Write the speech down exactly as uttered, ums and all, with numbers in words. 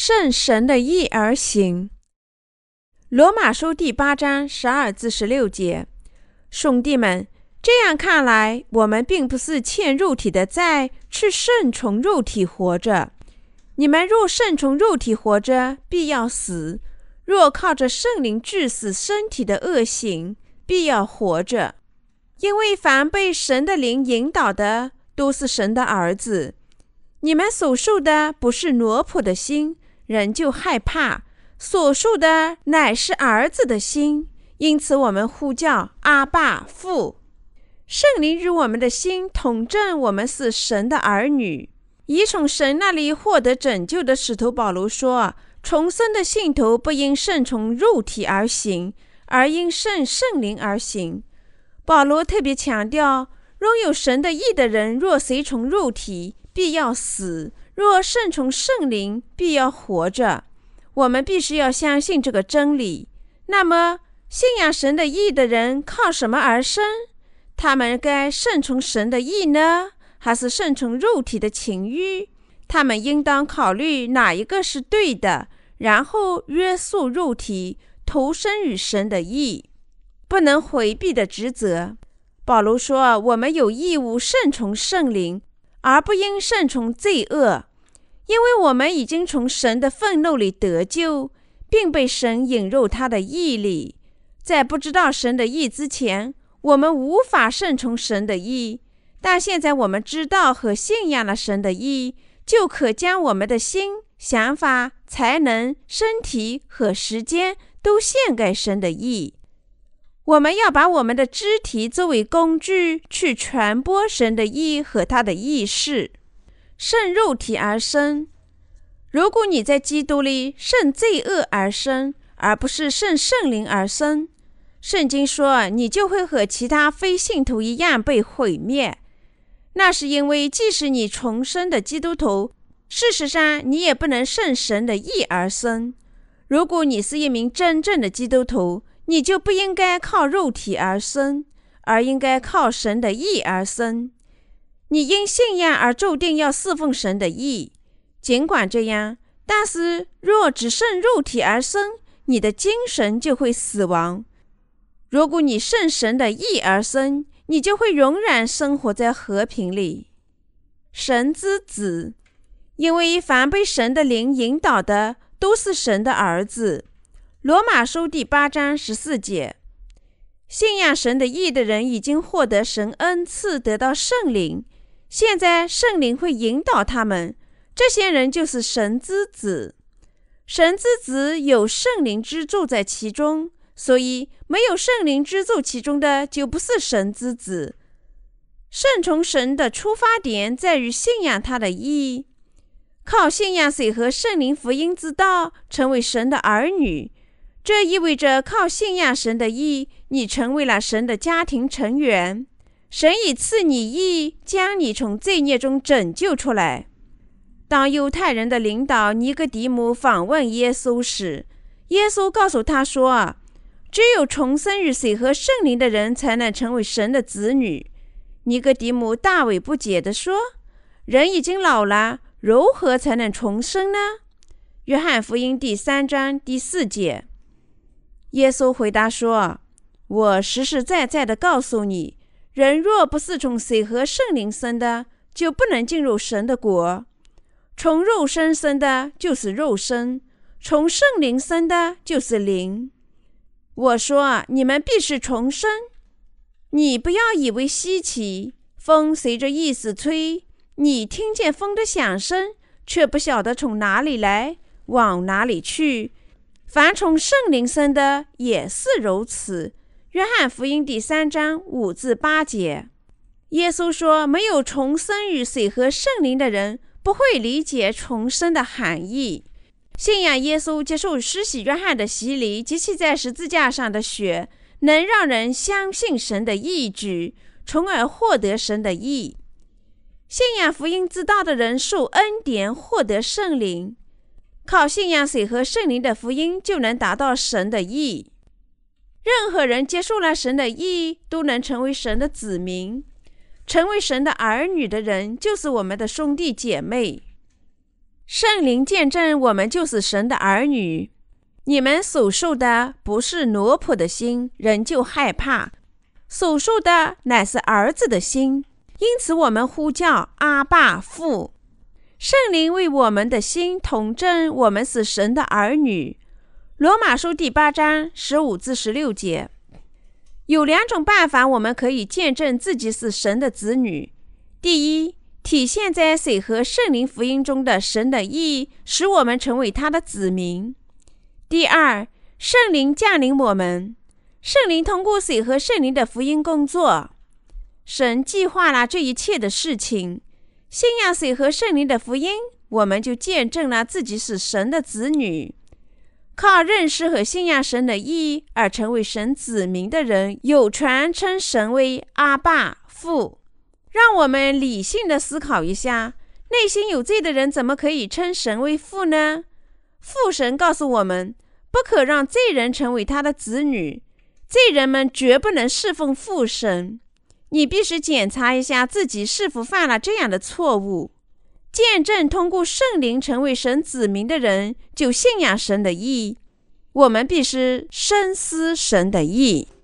顺神的意而行。罗马书第八章十二至十六节，兄弟们，这样看来，我们并不是欠肉体的债，去顺从肉体活着。你们若顺从肉体活着，必要死；若靠着圣灵治死身体的恶行，必要活着。因为凡被神的灵引导的，都是神的儿子。你们所受的不是奴仆的心，人就害怕；所受的乃是儿子的心，因此我们呼叫阿爸父。圣灵与我们的心同证，我们是神的儿女。已从神那里获得拯救的使徒保罗说，重生的信徒不因顺从肉体而行，而因顺圣灵而行。保罗特别强调，拥有神的义的人，若随从肉体，必要死；若顺从圣灵，必要活着。我们必须要相信这个真理。那么，信仰神的义的人靠什么而生？他们该顺从神的义呢，还是顺从肉体的情欲？他们应当考虑哪一个是对的，然后约束肉体，投身于神的义。不能回避的职责。保罗说，我们有义务顺从圣灵，而不应顺从罪恶，因为我们已经从神的愤怒里得救，并被神引入他的义里。在不知道神的义之前，我们无法顺从神的义，但现在我们知道和信仰了神的义，就可将我们的心、想法、才能、身体和时间都献给神的义。我们要把我们的肢体作为工具，去传播神的义和他的义事。顺肉体而生。如果你在基督里顺罪恶而生，而不是顺圣灵而生，圣经说你就会和其他非信徒一样被毁灭。那是因为即使你重生的基督徒，事实上你也不能顺神的义而生。如果你是一名真正的基督徒，你就不应该靠肉体而生，而应该靠神的义而生。你因信仰而注定要侍奉神的义。尽管这样，但是若只顺肉体而生，你的精神就会死亡。如果你顺神的义而生，你就会永远生活在和平里。神之子，因为凡被神的灵引导的，都是神的儿子。罗马书第八章十四节，信仰神的义的人已经获得神恩赐，得到圣灵。现在圣灵会引导他们，这些人就是神之子。神之子有圣灵之住在其中，所以没有圣灵之住其中的，就不是神之子。顺从神的出发点在于信仰他的义，靠信仰水和圣灵福音之道，成为神的儿女。这意味着靠信仰神的义，你成为了神的家庭成员。神已赐你义，将你从罪孽中拯救出来。当犹太人的领导尼哥底母访问耶稣时，耶稣告诉他说，只有重生于水和圣灵的人才能成为神的子女。尼哥底母大为不解地说，人已经老了，如何才能重生呢？约翰福音第三章第四节。耶稣回答说，我实实在在地告诉你，人若不是从水和圣灵生的，就不能进入神的国。从肉身生的就是肉身，从圣灵生的就是灵。我说，你们必须重生。你不要以为稀奇，风随着意思吹，你听见风的响声，却不晓得从哪里来，往哪里去。凡从圣灵生的也是如此。约翰福音第三章五至八节。耶稣说，没有重生于水和圣灵的人，不会理解重生的含义。信仰耶稣，接受施洗约翰的洗礼及其在十字架上的血，能让人相信神的义举，从而获得神的义。信仰福音之道的人受恩典，获得圣灵。靠信仰水和圣灵的福音，就能达到神的义。任何人接受了神的义，都能成为神的子民。成为神的儿女的人，就是我们的兄弟姐妹。 圣灵见证我们就是神的儿女。你们所受的不是奴仆的心，仍旧害怕，所受的乃是儿子的心，因此我们呼叫阿爸父。圣灵为我们的心同证，我们是神的儿女。罗马书第八章十五至十六节。有两种办法我们可以见证自己是神的子女。第一，体现在水和圣灵福音中的神的义，使我们成为他的子民。第二，圣灵降临我们，圣灵通过水和圣灵的福音工作。神计划了这一切的事情，信仰水和圣灵的福音，我们就见证了自己是神的子女。靠认识和信仰神的义而成为神子民的人，有权称神为阿爸父。让我们理性的思考一下，内心有罪的人怎么可以称神为父呢？父神告诉我们，不可让罪人成为他的子女，罪人们绝不能侍奉父神。你必须检查一下自己是否犯了这样的错误。见证通过圣灵成为神子民的人，就信仰神的义。我们必须深思神的义。